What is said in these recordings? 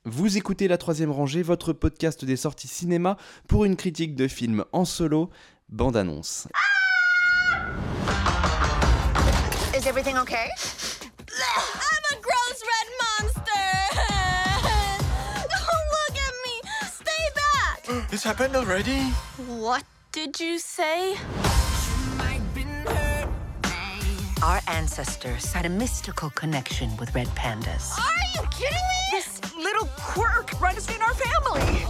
Vous écoutez La Troisième Rangée, votre podcast des sorties cinéma pour une critique de film en solo, bande-annonce. Is everything okay? I'm a gross red monster! Don't look at me! Stay back! This happened already? What did you say? Our ancestors had a mystical connection with red pandas. Are you kidding me? This little quirk runs in our family.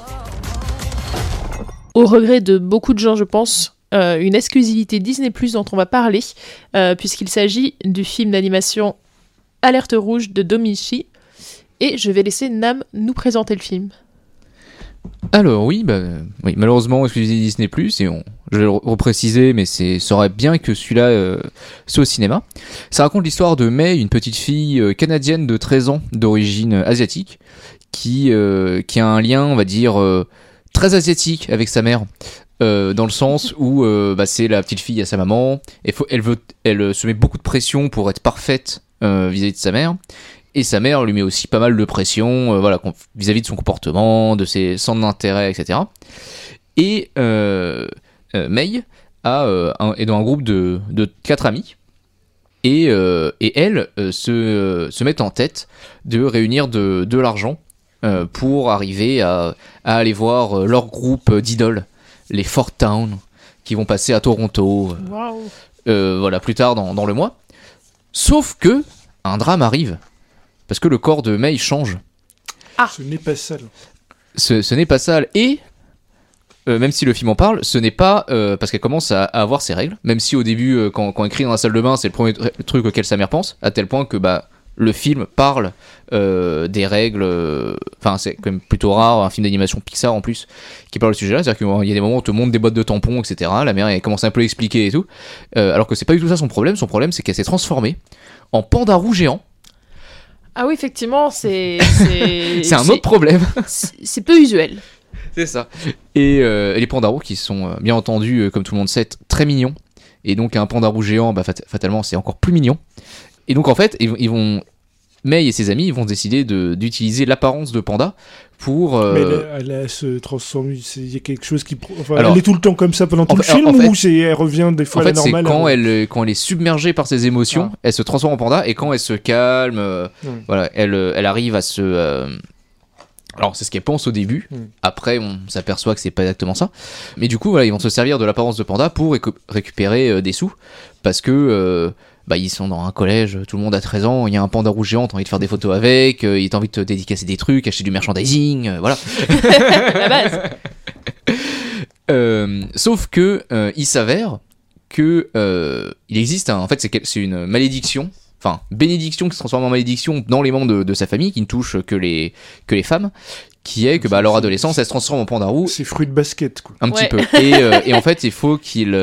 Au regret de beaucoup de gens, je pense, une exclusivité Disney+ dont on va parler, puisqu'il s'agit du film d'animation Alerte Rouge de Dominici. Et je vais laisser Nam nous présenter le film. Alors oui, malheureusement exclusivité Disney+, et je vais le repréciser, mais ça aurait bien que celui-là soit au cinéma. Ça raconte l'histoire de May, une petite fille canadienne de 13 ans d'origine asiatique, qui a un lien, on va dire, très asiatique avec sa mère, dans le sens où c'est la petite fille à sa maman, et elle se met beaucoup de pression pour être parfaite vis-à-vis de sa mère. Et sa mère lui met aussi pas mal de pression vis-à-vis de son comportement, de ses centres d'intérêt, etc. Et May est dans un groupe de 4 amis. Et elle se met en tête de réunir de l'argent pour arriver à aller voir leur groupe d'idoles, les Four Town, qui vont passer à Toronto plus tard dans le mois. Sauf que un drame arrive. Parce que le corps de May change. Ah. Ce n'est pas sale. Ce n'est pas sale. Et, même si le film en parle, ce n'est pas parce qu'elle commence à avoir ses règles. Même si au début, quand elle crie dans la salle de bain, c'est le premier truc auquel sa mère pense. À tel point que le film parle des règles. C'est quand même plutôt rare, un film d'animation Pixar en plus, qui parle de ce sujet-là. C'est-à-dire qu'il y a des moments où on te montre des boîtes de tampons, etc. La mère, elle commence un peu à expliquer et tout. Alors que c'est pas du tout ça son problème. Son problème, c'est qu'elle s'est transformée en panda roux géant. Ah oui, effectivement, c'est un autre problème. C'est peu usuel. C'est ça. Et les pandas roux qui sont, bien entendu, comme tout le monde sait, très mignons. Et donc un panda roux géant, fatalement, c'est encore plus mignon. Et donc en fait, May et ses amis ils vont décider d'utiliser l'apparence de panda pour... Mais elle se transforme, il y a quelque chose qui... elle est tout le temps comme ça pendant tout le film, ou elle revient des fois à la normale? En fait, c'est quand elle est submergée par ses émotions, elle se transforme en panda, et quand elle se calme, elle arrive à se... Alors c'est ce qu'elle pense au début, après on s'aperçoit que c'est pas exactement ça, mais du coup ils vont se servir de l'apparence de panda pour récupérer des sous, parce que... ils sont dans un collège, tout le monde a 13 ans, il y a un panda rouge géant, t'as envie de faire des photos avec, il t'a envie de te dédicacer des trucs, acheter du merchandising, voilà. La base. Sauf que il s'avère que il existe c'est une malédiction, bénédiction qui se transforme en malédiction dans les membres de sa famille, qui ne touche que les femmes, qui est que à leur adolescence, elle se transforme en panda roux. C'est fruit de basket, quoi. Un petit peu. Et en fait, il faut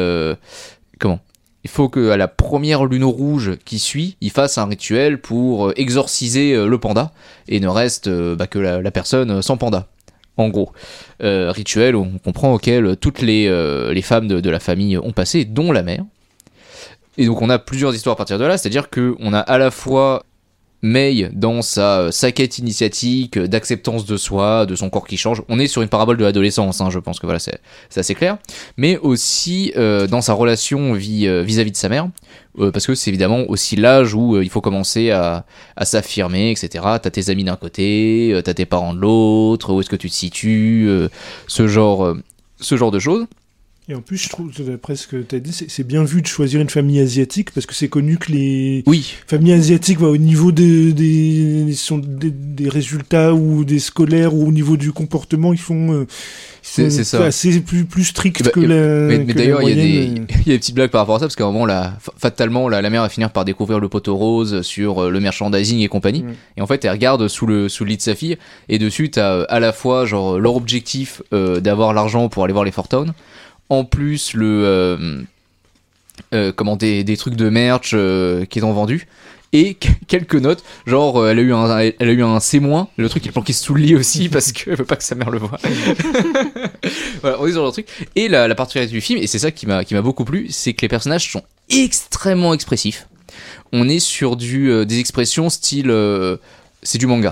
il faut qu'à la première lune rouge qui suit, il fasse un rituel pour exorciser le panda, et ne reste que la personne sans panda. En gros, rituel où on comprend auquel toutes les femmes de la famille ont passé, dont la mère. Et donc on a plusieurs histoires à partir de là, c'est-à-dire qu'on a à la fois May dans sa quête initiatique d'acceptance de soi, de son corps qui change. On est sur une parabole de l'adolescence, je pense que c'est assez clair. Mais aussi dans sa relation vis-à-vis de sa mère, parce que c'est évidemment aussi l'âge où il faut commencer à s'affirmer, etc. T'as tes amis d'un côté, t'as tes parents de l'autre, où est-ce que tu te situes, ce genre de choses. Et en plus, je trouve, d'après ce que tu as dit, c'est bien vu de choisir une famille asiatique, parce que c'est connu que les familles asiatiques, au niveau des résultats ou des scolaires, ou au niveau du comportement, ils font... c'est ça. assez plus strict que la mais d'ailleurs, il moyenne. y a des petites blagues par rapport à ça, parce qu'à un moment, fatalement, la mère va finir par découvrir le poteau rose sur le merchandising et compagnie. Et en fait, elle regarde sous le lit de sa fille, et dessus, t'as à la fois leur objectif d'avoir l'argent pour aller voir les Four Town, en plus des trucs de merch qui sont vendus, et quelques notes, elle a eu un C-, le truc qui est planqué sous le lit aussi parce qu'elle veut pas que sa mère le voie. Voilà, on est sur le truc. Et la particularité du film, et c'est ça qui m'a beaucoup plu, c'est que les personnages sont extrêmement expressifs. On est sur des expressions style c'est du manga.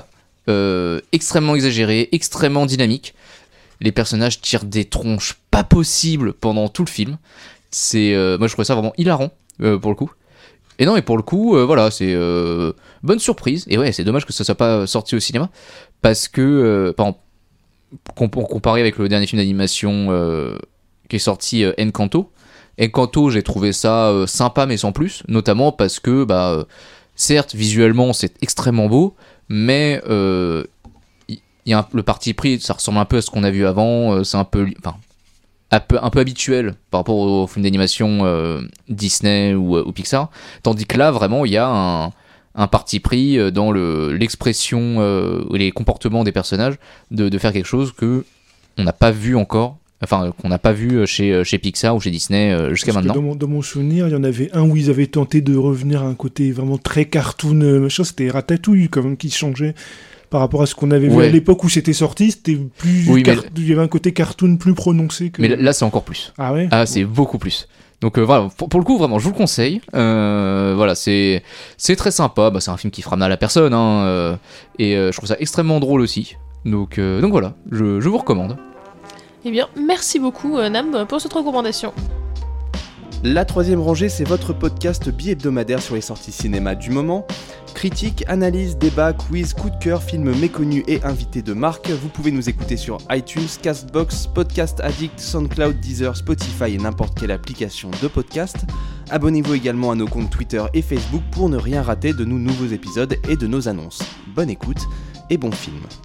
extrêmement exagéré, extrêmement dynamique. Les personnages tirent des tronches pas possibles pendant tout le film. Moi je trouvais ça vraiment hilarant pour le coup. Et non, et pour le coup, voilà, c'est bonne surprise. Et ouais, c'est dommage que ça soit pas sorti au cinéma, parce que, par exemple, comparé avec le dernier film d'animation qui est sorti, Encanto, j'ai trouvé ça sympa mais sans plus, notamment parce que, certes, visuellement, c'est extrêmement beau, mais il y a le parti pris, ça ressemble un peu à ce qu'on a vu avant, c'est un peu habituel par rapport aux films d'animation Disney ou Pixar, tandis que là vraiment il y a un parti pris dans l'expression et les comportements des personnages de faire quelque chose que on n'a pas vu encore, enfin qu'on n'a pas vu chez Pixar ou chez Disney jusqu'à maintenant. Dans mon souvenir, il y en avait un où ils avaient tenté de revenir à un côté vraiment très cartoon, machin, c'était Ratatouille quand même qui changeait par rapport à ce qu'on avait vu à l'époque où c'était sorti, c'était plus il y avait un côté cartoon plus prononcé que... Mais là c'est encore plus. Ah ouais. Ah, c'est beaucoup plus. Donc voilà, pour le coup vraiment je vous le conseille. Voilà, c'est très sympa, c'est un film qui fera mal à personne et je trouve ça extrêmement drôle aussi. Donc voilà, je vous recommande. Eh bien, merci beaucoup Nam pour cette recommandation. La troisième rangée, c'est votre podcast bi-hebdomadaire sur les sorties cinéma du moment. Critiques, analyses, débats, quiz, coup de cœur, films méconnus et invités de marque. Vous pouvez nous écouter sur iTunes, Castbox, Podcast Addict, SoundCloud, Deezer, Spotify et n'importe quelle application de podcast. Abonnez-vous également à nos comptes Twitter et Facebook pour ne rien rater de nos nouveaux épisodes et de nos annonces. Bonne écoute et bon film.